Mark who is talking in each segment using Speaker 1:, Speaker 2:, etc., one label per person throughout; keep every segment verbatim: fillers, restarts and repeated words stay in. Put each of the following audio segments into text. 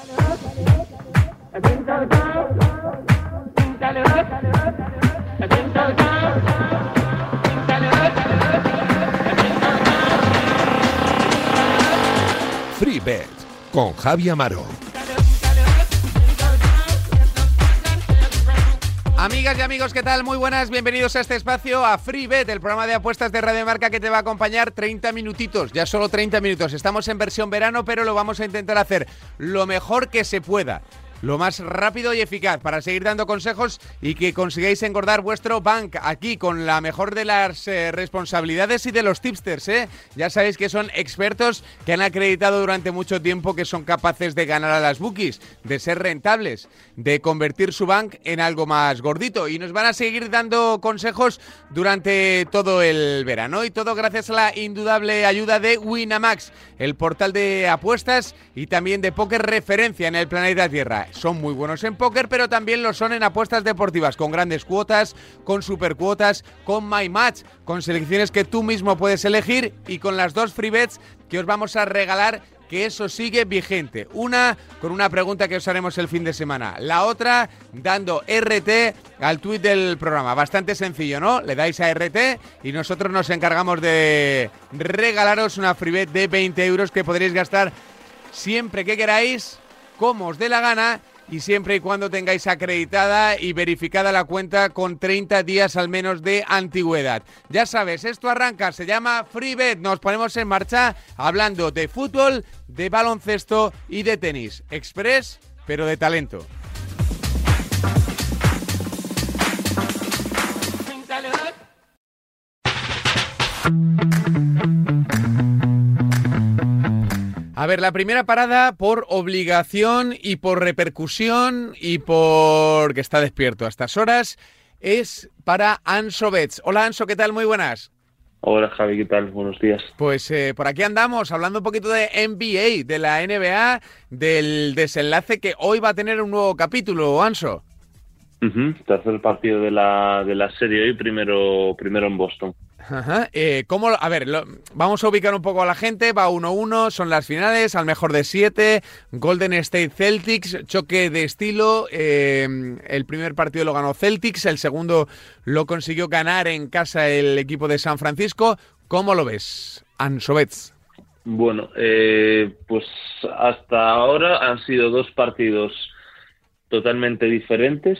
Speaker 1: FreeBet con Javi Amaro.
Speaker 2: Amigas y amigos, ¿qué tal? Muy buenas, bienvenidos a este espacio, a FreeBet, el programa de apuestas de Radio Marca que te va a acompañar treinta minutitos, ya solo treinta minutos. Estamos en versión verano, pero lo vamos a intentar hacer lo mejor que se pueda, lo más rápido y eficaz, para seguir dando consejos y que consigáis engordar vuestro bank aquí con la mejor de las eh, responsabilidades y de los tipsters, ¿eh? Ya sabéis que son expertos que han acreditado durante mucho tiempo que son capaces de ganar a las bookies, de ser rentables, de convertir su bank en algo más gordito, y nos van a seguir dando consejos durante todo el verano, y todo gracias a la indudable ayuda de Winamax, el portal de apuestas y también de póker referencia en el planeta Tierra. Son muy buenos en póker, pero también lo son en apuestas deportivas, con grandes cuotas, con supercuotas, con My Match, con selecciones que tú mismo puedes elegir, y con las dos free bets que os vamos a regalar, que eso sigue vigente. Una con una pregunta que os haremos el fin de semana, la otra dando R T al tuit del programa. Bastante sencillo, ¿no? Le dais a R T y nosotros nos encargamos de regalaros una free bet de veinte euros que podréis gastar siempre que queráis, como os dé la gana, y siempre y cuando tengáis acreditada y verificada la cuenta con treinta días al menos de antigüedad. Ya sabes, esto arranca, se llama FreeBet. Nos ponemos en marcha hablando de fútbol, de baloncesto y de tenis. Express, pero de talento. A ver, la primera parada por obligación y por repercusión y por que está despierto a estas horas es para Anso Bets. Hola Anso, ¿qué tal? Muy buenas.
Speaker 3: Hola Javi, ¿qué tal? Buenos días.
Speaker 2: Pues eh, por aquí andamos hablando un poquito de N B A, de la N B A, del desenlace que hoy va a tener un nuevo capítulo, Anso.
Speaker 3: Uh-huh. Tercer partido de la, de la serie hoy, primero, primero en Boston.
Speaker 2: Ajá. Eh, ¿cómo, a ver, lo, vamos a ubicar un poco a la gente. Va uno uno, son las finales, al mejor de siete. Golden State Celtics, choque de estilo. Eh, el primer partido lo ganó Celtics, el segundo lo consiguió ganar en casa el equipo de San Francisco. ¿Cómo lo ves, Anso Bets?
Speaker 3: Bueno, eh, pues hasta ahora han sido dos partidos totalmente diferentes,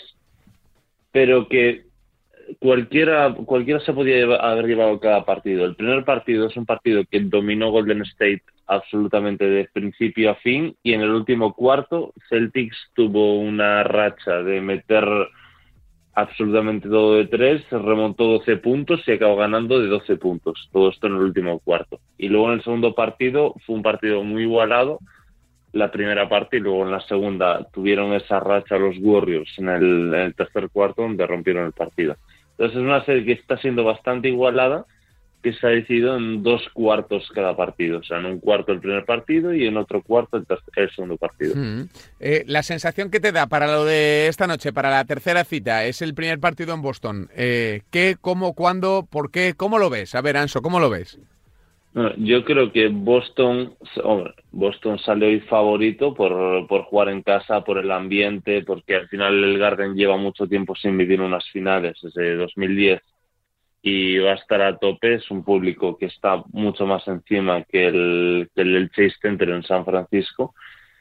Speaker 3: pero que Cualquiera, cualquiera se podía llevar, haber llevado cada partido. El primer partido es un partido que dominó Golden State absolutamente de principio a fin, y en el último cuarto Celtics tuvo una racha de meter absolutamente todo de tres, remontó doce puntos y acabó ganando de doce puntos. Todo esto en el último cuarto. Y luego en el segundo partido fue un partido muy igualado, la primera parte, y luego en la segunda tuvieron esa racha los Warriors en el, en el tercer cuarto, donde rompieron el partido. Entonces es una serie que está siendo bastante igualada, que se ha decidido en dos cuartos cada partido. O sea, en un cuarto el primer partido y en otro cuarto el, tercer, el segundo partido.
Speaker 2: Mm. Eh, la sensación que te da para lo de esta noche, para la tercera cita, es el primer partido en Boston. Eh, ¿Qué, cómo, cuándo, por qué? ¿Cómo lo ves? A ver, Anso, ¿cómo lo ves?
Speaker 3: Bueno, yo creo que Boston, hombre, Boston sale hoy favorito por, por jugar en casa, por el ambiente, porque al final el Garden lleva mucho tiempo sin vivir unas finales, desde dos mil diez, y va a estar a tope. Es un público que está mucho más encima que el, que el Chase Center en San Francisco,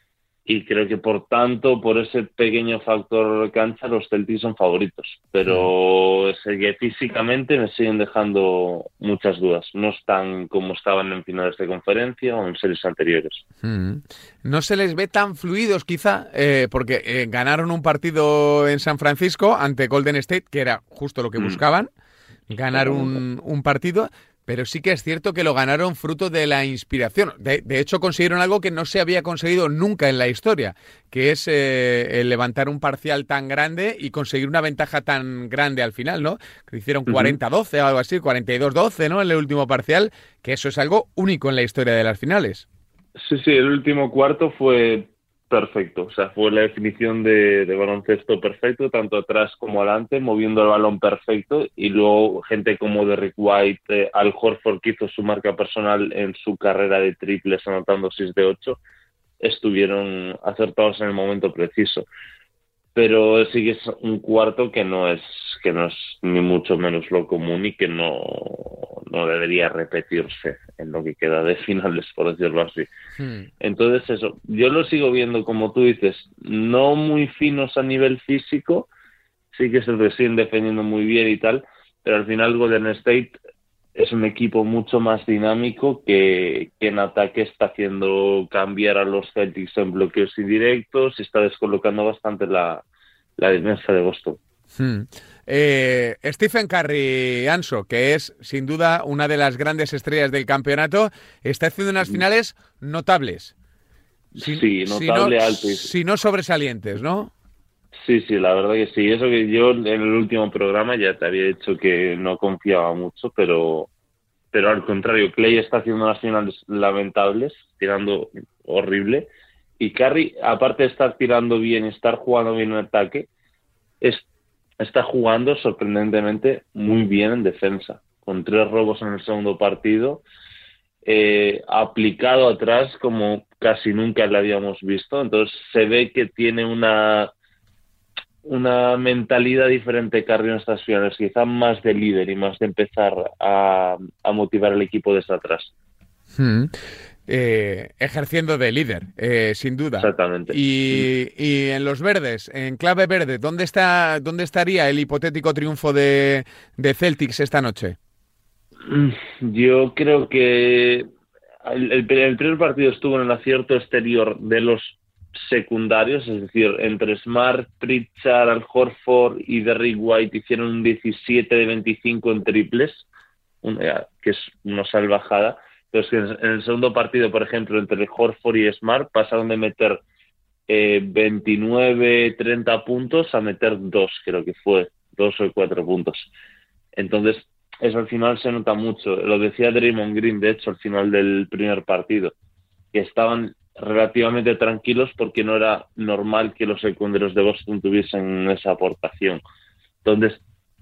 Speaker 3: y creo que por tanto, por ese pequeño factor cancha, los Celtics son favoritos, pero es que físicamente me siguen dejando muchas dudas. No están como estaban en finales de conferencia o en series anteriores.
Speaker 2: Mm. No se les ve tan fluidos quizá, eh, porque eh, ganaron un partido en San Francisco ante Golden State, que era justo lo que mm. buscaban, ganar un, un partido. Pero sí que es cierto que lo ganaron fruto de la inspiración. De, de hecho, consiguieron algo que no se había conseguido nunca en la historia, que es eh, el levantar un parcial tan grande y conseguir una ventaja tan grande al final, ¿no? Que hicieron cuarenta doce o algo así, cuarenta y dos doce, ¿no? En el último parcial, que eso es algo único en la historia de las finales.
Speaker 3: Sí, sí, el último cuarto fue perfecto. O sea, fue la definición de, de baloncesto perfecto, tanto atrás como adelante, moviendo el balón perfecto, y luego gente como Derrick White, eh, Al Horford, que hizo su marca personal en su carrera de triples, anotando seis de ocho. estuvieron acertados en el momento preciso. Pero sí que es un cuarto que no es que no es ni mucho menos lo común y que no, no debería repetirse en lo que queda de finales, por decirlo así. Hmm. Entonces eso, yo lo sigo viendo, como tú dices, no muy finos a nivel físico, sí que se siguen defendiendo muy bien y tal, pero al final Golden State es un equipo mucho más dinámico que, que en ataque está haciendo cambiar a los Celtics en bloqueos indirectos y está descolocando bastante la, la defensa de Boston.
Speaker 2: Hmm. Eh, Stephen Curry, Anso, que es sin duda una de las grandes estrellas del campeonato, está haciendo unas finales notables.
Speaker 3: Sin, sí, notable,
Speaker 2: si no,
Speaker 3: alto.
Speaker 2: Si no sobresalientes, ¿no?
Speaker 3: Sí, sí, la verdad que sí. Eso que yo en el último programa ya te había dicho que no confiaba mucho, pero pero al contrario, Clay está haciendo unas finales lamentables, tirando horrible, y Curry, aparte de estar tirando bien y estar jugando bien en ataque, es, está jugando sorprendentemente muy bien en defensa, con tres robos en el segundo partido, eh, aplicado atrás como casi nunca le habíamos visto. Entonces se ve que tiene una una mentalidad diferente Curry en estas finales, quizá más de líder y más de empezar a, a motivar al equipo desde atrás.
Speaker 2: Hmm. Eh, ejerciendo de líder, eh, sin duda.
Speaker 3: Exactamente.
Speaker 2: Y, y en los verdes, en clave verde, ¿dónde está, dónde estaría el hipotético triunfo de, de Celtics esta noche?
Speaker 3: Yo creo que el, el, el primer partido estuvo en el acierto exterior de los secundarios, es decir, entre Smart, Pritchard, Al Horford y Derrick White hicieron un diecisiete de veinticinco en triples, una, que es una salvajada. Pero es que en el segundo partido, por ejemplo, entre Horford y Smart pasaron de meter eh, veintinueve, treinta puntos a meter dos, creo que fue, dos o cuatro puntos. Entonces, eso al final se nota mucho. Lo decía Draymond Green, de hecho, al final del primer partido, que estaban relativamente tranquilos porque no era normal que los secundarios de Boston tuviesen esa aportación. Entonces,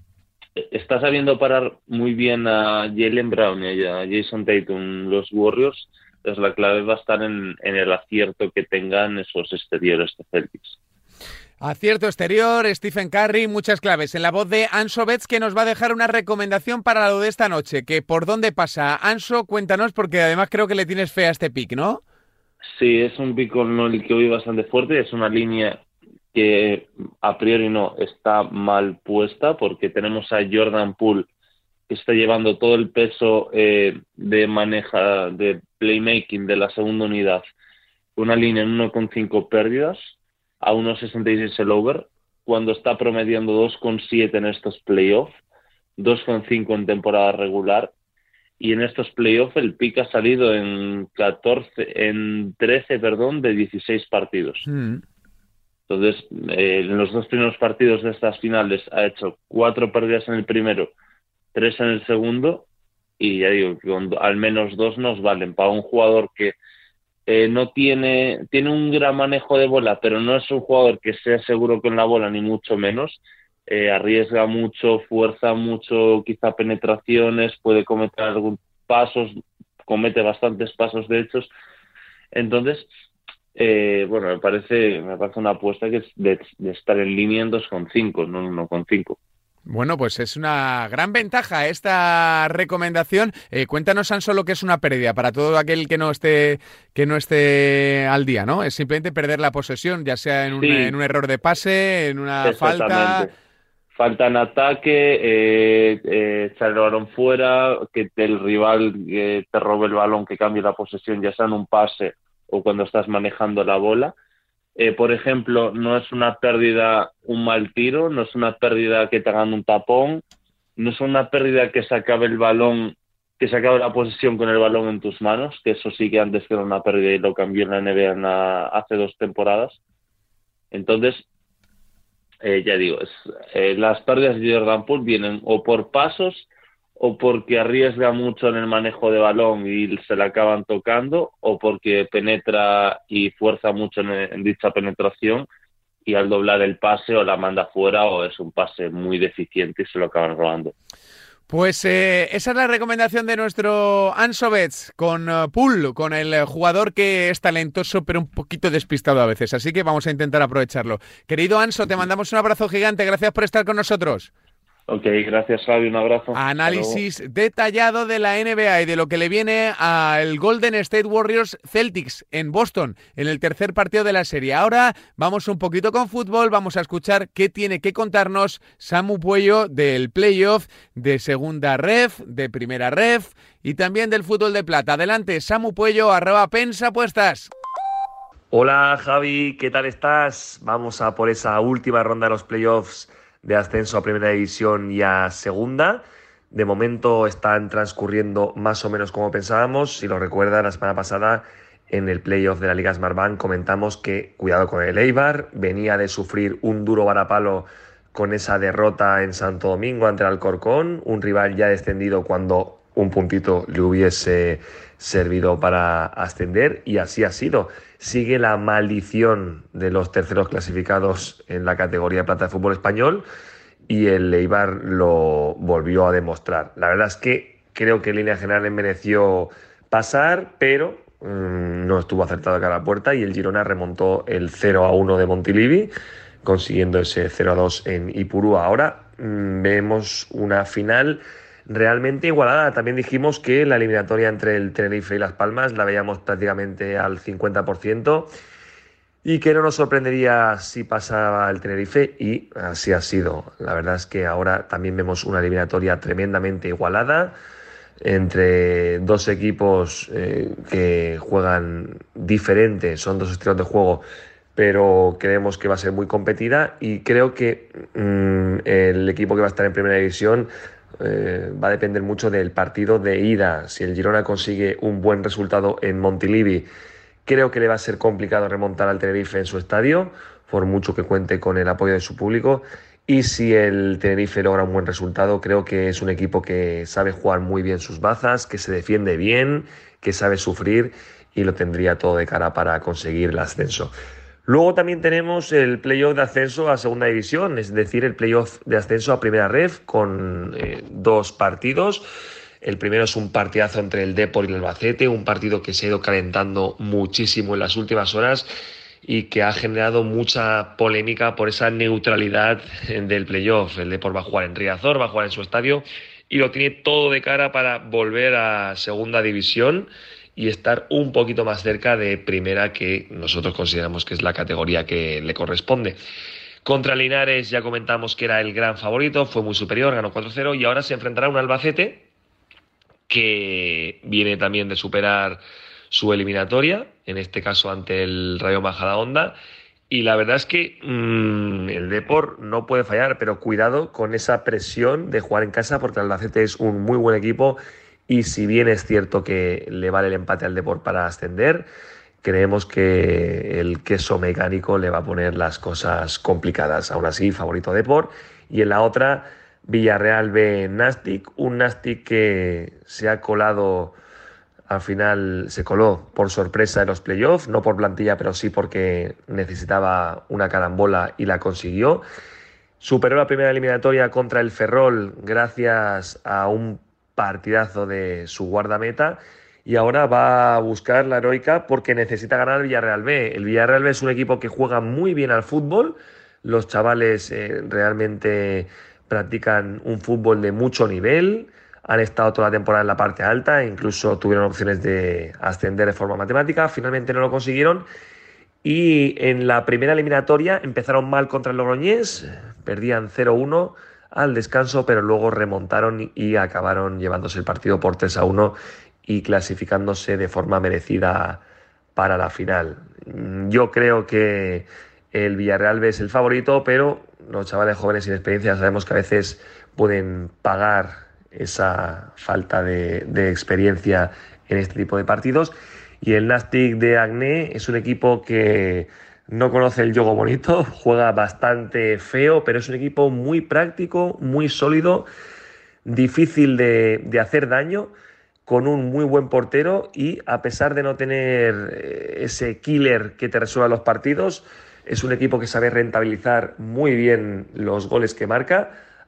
Speaker 3: está sabiendo parar muy bien a Jaylen Brown y a Jason Tatum los Warriors. Entonces la clave va a estar en, en el acierto que tengan esos exteriores de Celtics.
Speaker 2: Acierto exterior, Stephen Curry, muchas claves. En la voz de Anso Betts, que nos va a dejar una recomendación para lo de esta noche. Que ¿por dónde pasa? Anso, cuéntanos, porque además creo que le tienes fe a este pick, ¿no?
Speaker 3: Sí, es un pick con el que voy bastante fuerte. Es una línea que a priori no está mal puesta, porque tenemos a Jordan Poole, que está llevando todo el peso eh, de maneja, de playmaking de la segunda unidad. Una línea en uno coma cinco pérdidas, a uno coma sesenta y seis el over, cuando está promediando dos coma siete en estos playoffs, dos coma cinco en temporada regular, y en estos playoffs el pick ha salido en catorce, en trece, perdón, de dieciséis partidos. Mm. Entonces, eh, en los dos primeros partidos de estas finales ha hecho cuatro pérdidas en el primero, tres en el segundo, y ya digo, que con al menos dos nos valen para un jugador que eh, no tiene, tiene un gran manejo de bola, pero no es un jugador que sea seguro con la bola, ni mucho menos. Eh, arriesga mucho, fuerza mucho, quizá penetraciones, puede cometer algunos pasos, comete bastantes pasos de hechos. Entonces, eh, bueno, me parece me parece una apuesta que es de, de estar en línea en dos coma cinco, no en uno coma cinco.
Speaker 2: Bueno, pues es una gran ventaja esta recomendación. Eh, cuéntanos, Anso, lo que es una pérdida para todo aquel que no esté que no esté al día, ¿no? Es simplemente perder la posesión, ya sea en un, sí. en un error de pase, en una falta.
Speaker 3: Falta en ataque, eh, eh, echar el balón fuera, que el rival eh, te robe el balón, que cambie la posesión, ya sea en un pase o cuando estás manejando la bola. Eh, por ejemplo, no es una pérdida un mal tiro, no es una pérdida que te hagan un tapón, no es una pérdida que se acabe el balón, que se acabe la posesión con el balón en tus manos, que eso sí que antes que era una pérdida y lo cambió en la N B A en la, hace dos temporadas. Entonces, eh, ya digo, es, eh, las pérdidas de Jordan Poole vienen o por pasos o porque arriesga mucho en el manejo de balón y se la acaban tocando, o porque penetra y fuerza mucho en, en dicha penetración y al doblar el pase o la manda fuera o es un pase muy deficiente y se lo acaban robando.
Speaker 2: Pues eh, esa es la recomendación de nuestro Ansovets con uh, Pool, con el uh, jugador que es talentoso pero un poquito despistado a veces, así que vamos a intentar aprovecharlo. Querido Anso, te mandamos un abrazo gigante, gracias por estar con nosotros.
Speaker 3: Ok, gracias Javi, un abrazo.
Speaker 2: Análisis detallado de la N B A y de lo que le viene al Golden State Warriors Celtics en Boston en el tercer partido de la serie. Ahora vamos un poquito con fútbol, vamos a escuchar qué tiene que contarnos Samu Puello del playoff, de segunda ref, de primera ref y también del fútbol de plata. Adelante, Samu Puello, arroba pensapuestas.
Speaker 4: Hola Javi, ¿qué tal estás? Vamos a por esa última ronda de los playoffs de ascenso a Primera División y a Segunda. De momento están transcurriendo más o menos como pensábamos. Si lo recuerdan, la semana pasada en el playoff de la Liga Smartbank comentamos que, cuidado con el Eibar, venía de sufrir un duro varapalo con esa derrota en Santo Domingo ante el Alcorcón, un rival ya descendido cuando un puntito le hubiese servido para ascender, y así ha sido. Sigue la maldición de los terceros clasificados en la categoría de plata de fútbol español y el Eibar lo volvió a demostrar. La verdad es que creo que en línea general mereció pasar, pero mmm, no estuvo acertado de cara a la puerta y el Girona remontó el cero a uno de Montilivi, consiguiendo ese cero a dos en Ipurúa. Ahora mmm, vemos una final realmente igualada. También dijimos que la eliminatoria entre el Tenerife y Las Palmas la veíamos prácticamente al cincuenta por ciento y que no nos sorprendería si pasaba el Tenerife, y así ha sido. La verdad es que ahora también vemos una eliminatoria tremendamente igualada entre dos equipos eh, que juegan diferente, son dos estilos de juego, pero creemos que va a ser muy competida, y creo que mmm, el equipo que va a estar en Primera División Eh, va a depender mucho del partido de ida. Si el Girona consigue un buen resultado en Montilivi, creo que le va a ser complicado remontar al Tenerife en su estadio, por mucho que cuente con el apoyo de su público. Y si el Tenerife logra un buen resultado, creo que es un equipo que sabe jugar muy bien sus bazas, que se defiende bien, que sabe sufrir, y lo tendría todo de cara para conseguir el ascenso. Luego también tenemos el playoff de ascenso a Segunda División, es decir, el playoff de ascenso a Primera Ref, con eh, dos partidos. El primero es un partidazo entre el Depor y el Albacete, un partido que se ha ido calentando muchísimo en las últimas horas y que ha generado mucha polémica por esa neutralidad del playoff. El Depor va a jugar en Riazor, va a jugar en su estadio y lo tiene todo de cara para volver a Segunda División y estar un poquito más cerca de Primera, que nosotros consideramos que es la categoría que le corresponde. Contra Linares ya comentamos que era el gran favorito, fue muy superior, ganó cuatro cero, y ahora se enfrentará a un Albacete que viene también de superar su eliminatoria, en este caso ante el Rayo Majadahonda, y la verdad es que mmm, el Depor no puede fallar, pero cuidado con esa presión de jugar en casa, porque el Albacete es un muy buen equipo. Y si bien es cierto que le vale el empate al Depor para ascender, creemos que el queso mecánico le va a poner las cosas complicadas. Aún así, favorito Depor. Y en la otra, Villarreal B Nastic, un Nastic que se ha colado, al final se coló por sorpresa en los playoffs, no por plantilla, pero sí porque necesitaba una carambola y la consiguió. Superó la primera eliminatoria contra el Ferrol gracias a un partidazo de su guardameta, y ahora va a buscar la heroica porque necesita ganar el Villarreal B. El Villarreal B es un equipo que juega muy bien al fútbol, los chavales eh, realmente practican un fútbol de mucho nivel, han estado toda la temporada en la parte alta, incluso tuvieron opciones de ascender de forma matemática, finalmente no lo consiguieron, y en la primera eliminatoria empezaron mal contra el Logroñés, perdían cero uno al descanso, pero luego remontaron y acabaron llevándose el partido por tres a uno y clasificándose de forma merecida para la final. Yo creo que el Villarreal B es el favorito, pero los chavales jóvenes sin experiencia sabemos que a veces pueden pagar esa falta de, de experiencia en este tipo de partidos. Y el Nastic de Agné es un equipo que no conoce el juego bonito, juega bastante feo, pero es un equipo muy práctico, muy sólido, difícil de, de hacer daño, con un muy buen portero, y a pesar de no tener ese killer que te resuelva los partidos, es un equipo que sabe rentabilizar muy bien los goles que marca.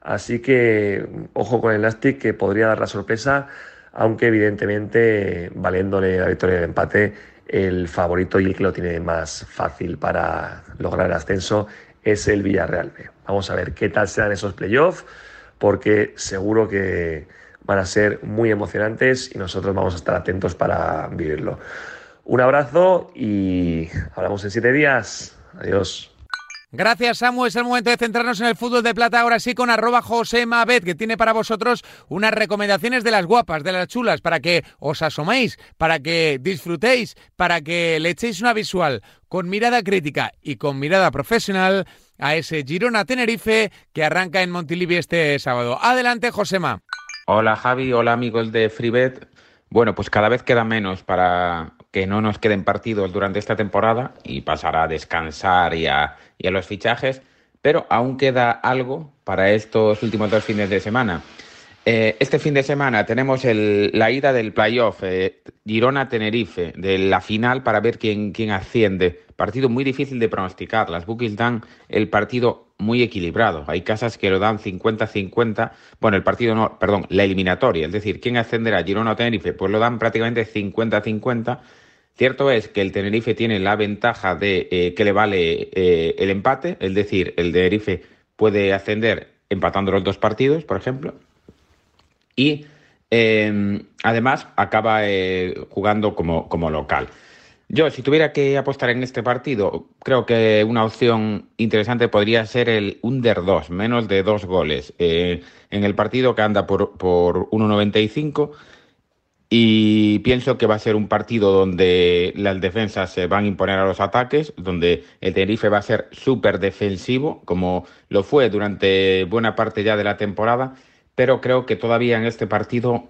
Speaker 4: Así que ojo con el Nastic, que podría dar la sorpresa, aunque evidentemente valiéndole la victoria del empate, el favorito y el que lo tiene más fácil para lograr el ascenso es el Villarreal B. Vamos a ver qué tal serán esos playoffs, porque seguro que van a ser muy emocionantes y nosotros vamos a estar atentos para vivirlo. Un abrazo y hablamos en siete días. Adiós.
Speaker 2: Gracias, Samu. Es el momento de centrarnos en el fútbol de plata. Ahora sí, con arroba josemabet, que tiene para vosotros unas recomendaciones de las guapas, de las chulas, para que os asoméis, para que disfrutéis, para que le echéis una visual con mirada crítica y con mirada profesional a ese Girona-Tenerife que arranca en Montilivi este sábado. Adelante, Josema.
Speaker 5: Hola, Javi. Hola, amigos de FreeBet. Bueno, pues cada vez queda menos para que no nos queden partidos durante esta temporada y pasar a descansar y a, y a los fichajes, pero aún queda algo para estos últimos dos fines de semana. Eh, este fin de semana tenemos el, la ida del playoff eh, Girona-Tenerife, de la final para ver quién, quién asciende. Partido muy difícil de pronosticar. Las bookies dan el partido muy equilibrado. Hay casas que lo dan cincuenta cincuenta. Bueno, el partido no, perdón, la eliminatoria. Es decir, ¿quién ascenderá, Girona o Tenerife? Pues lo dan prácticamente cincuenta cincuenta. Cierto es que el Tenerife tiene la ventaja de eh, que le vale eh, el empate. Es decir, el Tenerife puede ascender empatando los dos partidos, por ejemplo. Y eh, además acaba eh, jugando como, como local. Yo, si tuviera que apostar en este partido, creo que una opción interesante podría ser el under dos, menos de dos goles. Eh, en el partido que anda por, por uno noventa y cinco, y pienso que va a ser un partido donde las defensas se van a imponer a los ataques, donde el Tenerife va a ser súper defensivo, como lo fue durante buena parte ya de la temporada, pero creo que todavía en este partido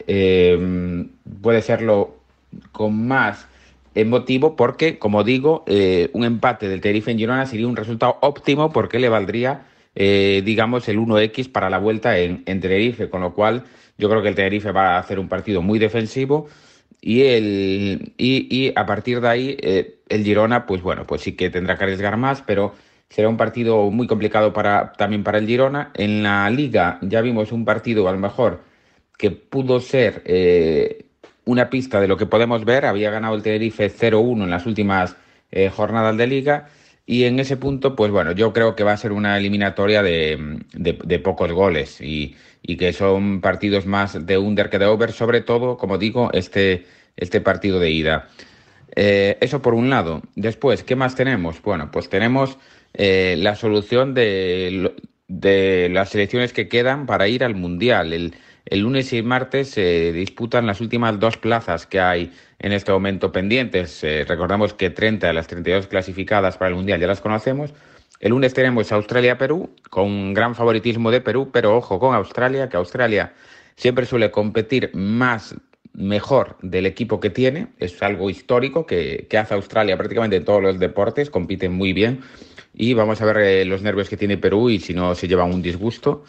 Speaker 5: eh, puede serlo con más emotivo porque, como digo, eh, un empate del Tenerife en Girona sería un resultado óptimo porque le valdría, eh, digamos, el uno equis para la vuelta en, en Tenerife, con lo cual yo creo que el Tenerife va a hacer un partido muy defensivo y, el, y, y a partir de ahí eh, el Girona, pues bueno, pues sí que tendrá que arriesgar más, pero será un partido muy complicado para, también para el Girona. En la Liga ya vimos un partido a lo mejor que pudo ser eh, una pista de lo que podemos ver. Había ganado el Tenerife cero uno en las últimas eh, jornadas de Liga y en ese punto, pues bueno, yo creo que va a ser una eliminatoria de, de, de pocos goles y, y que son partidos más de under que de over, sobre todo, como digo, este, este partido de ida. Eh, eso por un lado. Después, ¿qué más tenemos? Bueno, pues tenemos eh, la solución de, de las selecciones que quedan para ir al Mundial. El, el lunes y el martes se disputan las últimas dos plazas que hay en este momento pendientes. Eh, recordamos que treinta de las treinta y dos clasificadas para el Mundial ya las conocemos. El lunes tenemos Australia-Perú, con gran favoritismo de Perú, pero ojo con Australia, que Australia siempre suele competir más mejor del equipo que tiene. Es algo histórico que, que hace Australia prácticamente en todos los deportes, compiten muy bien y vamos a ver eh, los nervios que tiene Perú y si no se llevan un disgusto.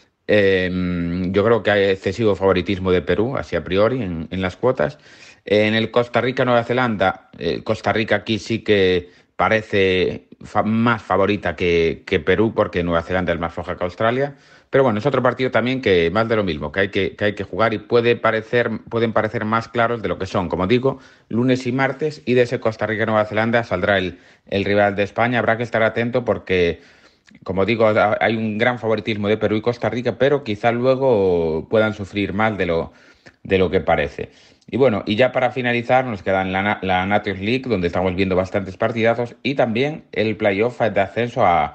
Speaker 5: Eh, yo creo que hay excesivo favoritismo de Perú, así a priori, en, en las cuotas. En el Costa Rica-Nueva Zelanda, eh, Costa Rica aquí sí que parece fa- más favorita que, que Perú, porque Nueva Zelanda es más floja que Australia. Pero bueno, es otro partido también que más de lo mismo, que hay que, que hay que jugar y puede parecer, pueden parecer más claros de lo que son. Como digo, lunes y martes, y de ese Costa Rica-Nueva Zelanda saldrá el, el rival de España. Habrá que estar atento porque, como digo, hay un gran favoritismo de Perú y Costa Rica, pero quizá luego puedan sufrir más de lo, de lo que parece. Y bueno, y ya para finalizar nos queda la, la Nations League, donde estamos viendo bastantes partidazos, y también el playoff de ascenso a,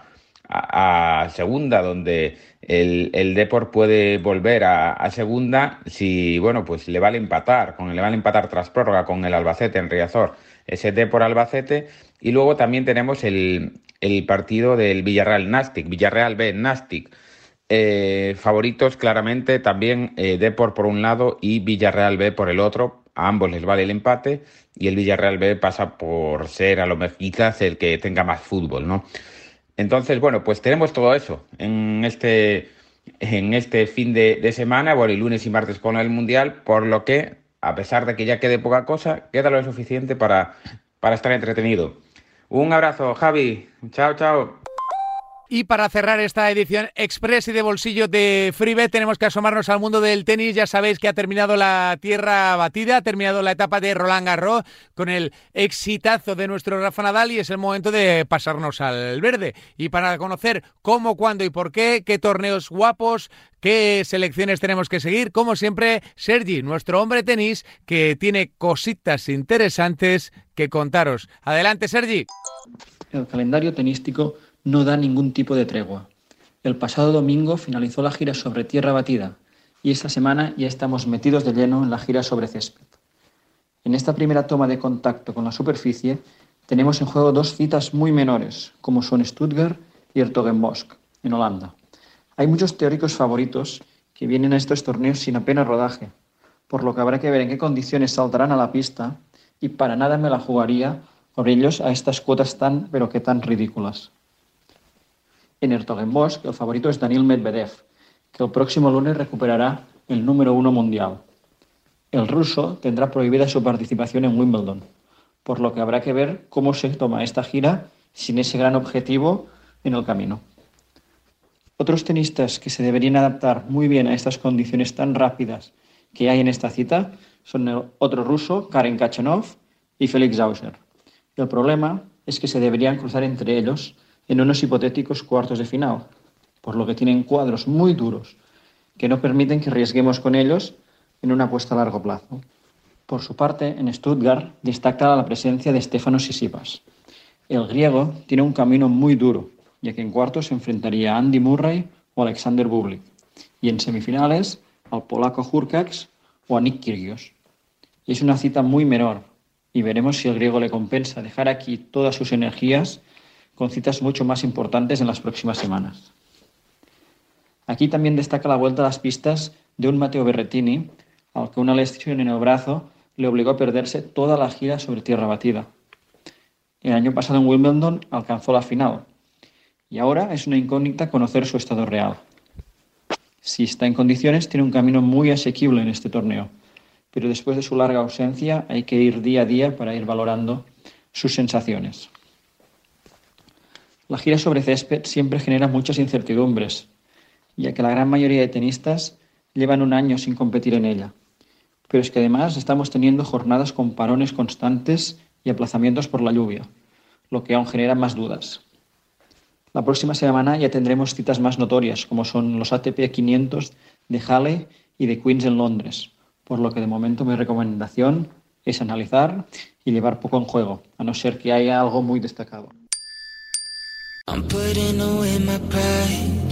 Speaker 5: a, a segunda, donde el, el Depor puede volver a, a segunda si, bueno, pues le vale empatar, con, le vale empatar tras prórroga con el Albacete en Riazor, ese Depor Albacete. Y luego también tenemos el, el partido del Villarreal Nastic, Villarreal B Nastic. Eh, favoritos claramente también eh, Depor por un lado y Villarreal B por el otro. A ambos les vale el empate y el Villarreal B pasa por ser a lo mejor quizás el que tenga más fútbol, ¿no? Entonces, bueno, pues tenemos todo eso en este, en este fin de, de semana, bueno, y lunes y martes con el Mundial, por lo que, a pesar de que ya quede poca cosa, queda lo suficiente para, para estar entretenido. Un abrazo, Javi. Chao, chao.
Speaker 2: Y para cerrar esta edición express y de bolsillo de FreeBet tenemos que asomarnos al mundo del tenis. Ya sabéis que ha terminado la tierra batida, ha terminado la etapa de Roland Garros con el exitazo de nuestro Rafa Nadal y es el momento de pasarnos al verde. Y para conocer cómo, cuándo y por qué, qué torneos guapos, qué selecciones tenemos que seguir, como siempre, Sergi, nuestro hombre tenis, que tiene cositas interesantes que contaros. Adelante, Sergi.
Speaker 6: El calendario tenístico no da ningún tipo de tregua. El pasado domingo finalizó la gira sobre tierra batida y esta semana ya estamos metidos de lleno en la gira sobre césped. En esta primera toma de contacto con la superficie tenemos en juego dos citas muy menores, como son Stuttgart y Hertogenbosch, en Holanda. Hay muchos teóricos favoritos que vienen a estos torneos sin apenas rodaje, por lo que habrá que ver en qué condiciones saltarán a la pista y para nada me la jugaría por ellos a estas cuotas tan, pero que tan ridículas. En Hertogenbosch, el favorito es Daniil Medvedev, que el próximo lunes recuperará el número uno mundial. El ruso tendrá prohibida su participación en Wimbledon, por lo que habrá que ver cómo se toma esta gira sin ese gran objetivo en el camino. Otros tenistas que se deberían adaptar muy bien a estas condiciones tan rápidas que hay en esta cita son el otro ruso, Karen Khachanov, y Felix Auger. El problema es que se deberían cruzar entre ellos en unos hipotéticos cuartos de final, por lo que tienen cuadros muy duros que no permiten que arriesguemos con ellos en una apuesta a largo plazo. Por su parte, en Stuttgart destaca la presencia de Stefanos Tsitsipas. El griego tiene un camino muy duro, ya que en cuartos se enfrentaría a Andy Murray o Alexander Bublik, y en semifinales al polaco Hurkacz o a Nick Kyrgios. Y es una cita muy menor, y veremos si el griego le compensa dejar aquí todas sus energías con citas mucho más importantes en las próximas semanas. Aquí también destaca la vuelta a las pistas de un Matteo Berrettini, al que una lesión en el brazo le obligó a perderse toda la gira sobre tierra batida. El año pasado en Wimbledon alcanzó la final, y ahora es una incógnita conocer su estado real. Si está en condiciones, tiene un camino muy asequible en este torneo, pero después de su larga ausencia hay que ir día a día para ir valorando sus sensaciones. La gira sobre césped siempre genera muchas incertidumbres, ya que la gran mayoría de tenistas llevan un año sin competir en ella. Pero es que además estamos teniendo jornadas con parones constantes y aplazamientos por la lluvia, lo que aún genera más dudas. La próxima semana ya tendremos citas más notorias, como son los A T P quinientos de Halle y de Queens en Londres, por lo que de momento mi recomendación es analizar y llevar poco en juego, a no ser que haya algo muy destacado.
Speaker 7: I'm putting away my pride.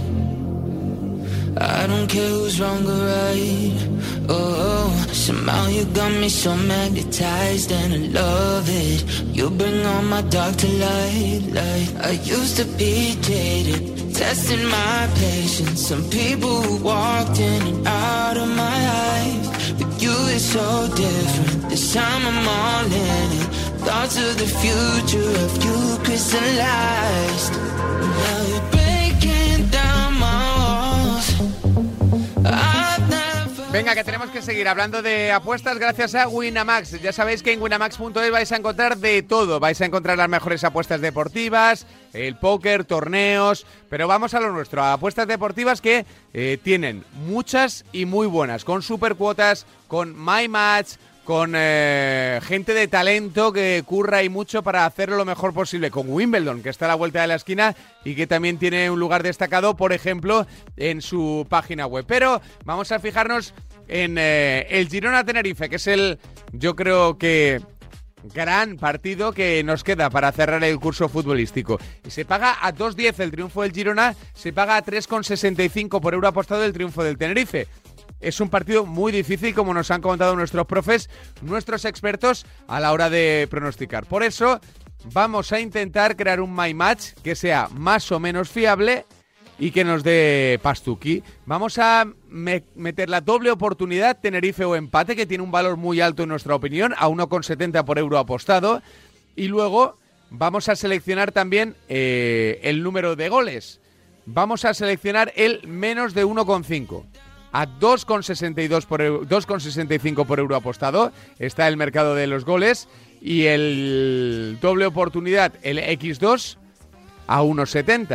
Speaker 7: I don't care who's wrong or right. Oh, somehow you got me so magnetized and I love it. You bring all my dark to light, light. I used to be jaded, testing my patience. Some people who walked in and out of my life, but you is so different. This time I'm all in it. Thoughts of the future of you crystallized. Now you're breaking down my walls. I've never...
Speaker 2: Venga, que tenemos que seguir hablando de apuestas gracias a Winamax. Ya sabéis que en winamax punto es vais a encontrar de todo. Vais a encontrar las mejores apuestas deportivas, el póker, torneos, pero vamos a lo nuestro, a apuestas deportivas que eh, tienen muchas y muy buenas, con supercuotas, con My Match, con eh, gente de talento que curra y mucho para hacerlo lo mejor posible, con Wimbledon, que está a la vuelta de la esquina y que también tiene un lugar destacado, por ejemplo, en su página web. Pero vamos a fijarnos en eh, el Girona-Tenerife, que es el, yo creo que, gran partido que nos queda para cerrar el curso futbolístico. Se paga a dos diez el triunfo del Girona, se paga a tres sesenta y cinco por euro apostado el triunfo del Tenerife. Es un partido muy difícil, como nos han comentado nuestros profes, nuestros expertos, a la hora de pronosticar. Por eso vamos a intentar crear un My Match que sea más o menos fiable y que nos dé pastuqui. Vamos a me- meter la doble oportunidad Tenerife o empate, que tiene un valor muy alto en nuestra opinión, a uno setenta por euro apostado. Y luego vamos a seleccionar también eh, el número de goles. Vamos a seleccionar el menos de uno coma cinco. A dos sesenta y dos por euro, dos sesenta y cinco por euro apostado está el mercado de los goles, y el doble oportunidad, el equis dos, a uno setenta.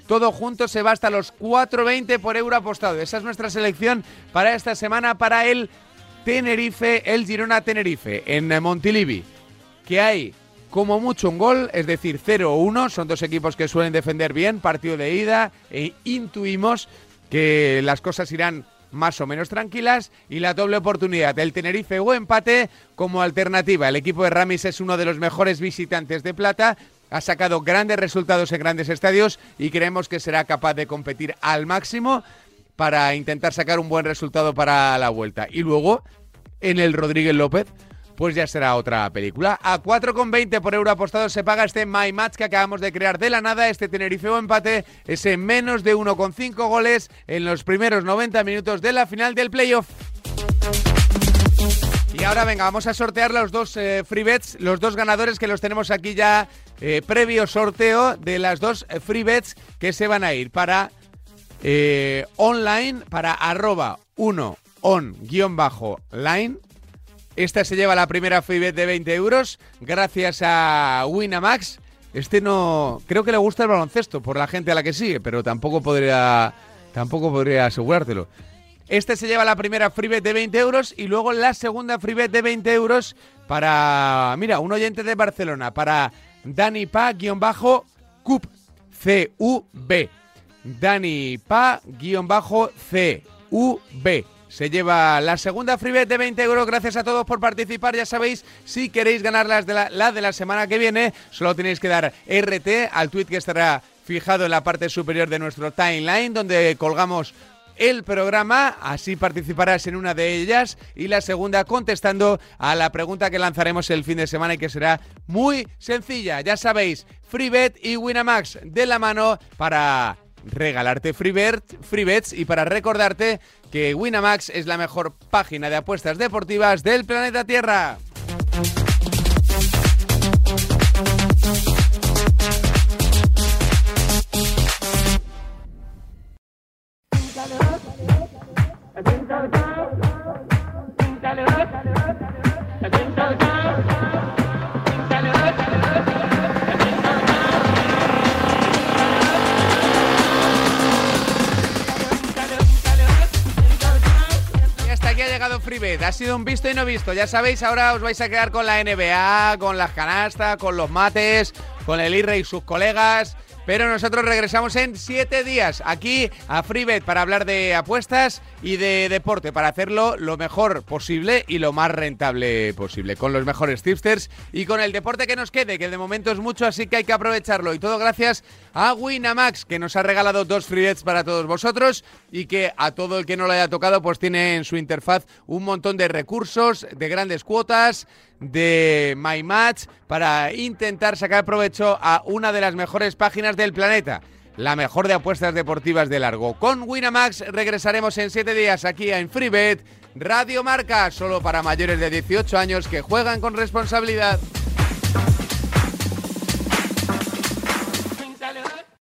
Speaker 2: todo junto se va hasta los cuatro veinte por euro apostado. Esa es nuestra selección para esta semana para el Tenerife, el Girona Tenerife, en Montilivi, que hay como mucho un gol, es decir, cero uno, son dos equipos que suelen defender bien, partido de ida, e intuimos que las cosas irán más o menos tranquilas, y la doble oportunidad del Tenerife o empate como alternativa. El equipo de Ramis es uno de los mejores visitantes de Plata, ha sacado grandes resultados en grandes estadios y creemos que será capaz de competir al máximo para intentar sacar un buen resultado para la vuelta. Y luego, en el Rodríguez López, pues ya será otra película. A cuatro con veinte por euro apostado se paga este My Match que acabamos de crear de la nada, este Tenerife o empate, ese menos de uno con cinco goles en los primeros noventa minutos de la final del playoff. Y ahora venga, vamos a sortear los dos eh, free bets, los dos ganadores que los tenemos aquí ya eh, previo sorteo de las dos eh, free bets que se van a ir para eh, online, para arroba uno on guión bajo line. Esta se lleva la primera free bet de veinte euros gracias a Winamax. Este no, creo que le gusta el baloncesto por la gente a la que sigue, pero tampoco podría, tampoco podría asegurártelo. Este se lleva la primera free bet de veinte euros y luego la segunda free bet de veinte euros para, mira, un oyente de Barcelona, para Dani Pa guión bajo Cub, C U B. Dani Pa guión bajo C U B. Se lleva la segunda free bet de veinte euros. Gracias a todos por participar. Ya sabéis, si queréis ganar las de la, la de la semana que viene, solo tenéis que dar R T al tweet que estará fijado en la parte superior de nuestro timeline, donde colgamos el programa, así participarás en una de ellas, y la segunda contestando a la pregunta que lanzaremos el fin de semana y que será muy sencilla. Ya sabéis, free bet y Winamax de la mano para regalarte free, bet, free bets y para recordarte que Winamax es la mejor página de apuestas deportivas del planeta Tierra. Aquí ha llegado FreeBet, ha sido un visto y no visto. Ya sabéis, ahora os vais a quedar con la N B A, con las canastas, con los mates, con el Irre y sus colegas. Pero nosotros regresamos en siete días aquí a FreeBet para hablar de apuestas y de deporte, para hacerlo lo mejor posible y lo más rentable posible, con los mejores tipsters y con el deporte que nos quede, que de momento es mucho, así que hay que aprovecharlo. Y todo gracias a Winamax, que nos ha regalado dos free bets para todos vosotros y que a todo el que no lo haya tocado pues tiene en su interfaz un montón de recursos, de grandes cuotas, de My Match, para intentar sacar provecho a una de las mejores páginas del planeta, la mejor de apuestas deportivas de largo. Con Winamax regresaremos en siete días aquí en FreeBet Radio Marca, solo para mayores de dieciocho años que juegan con responsabilidad.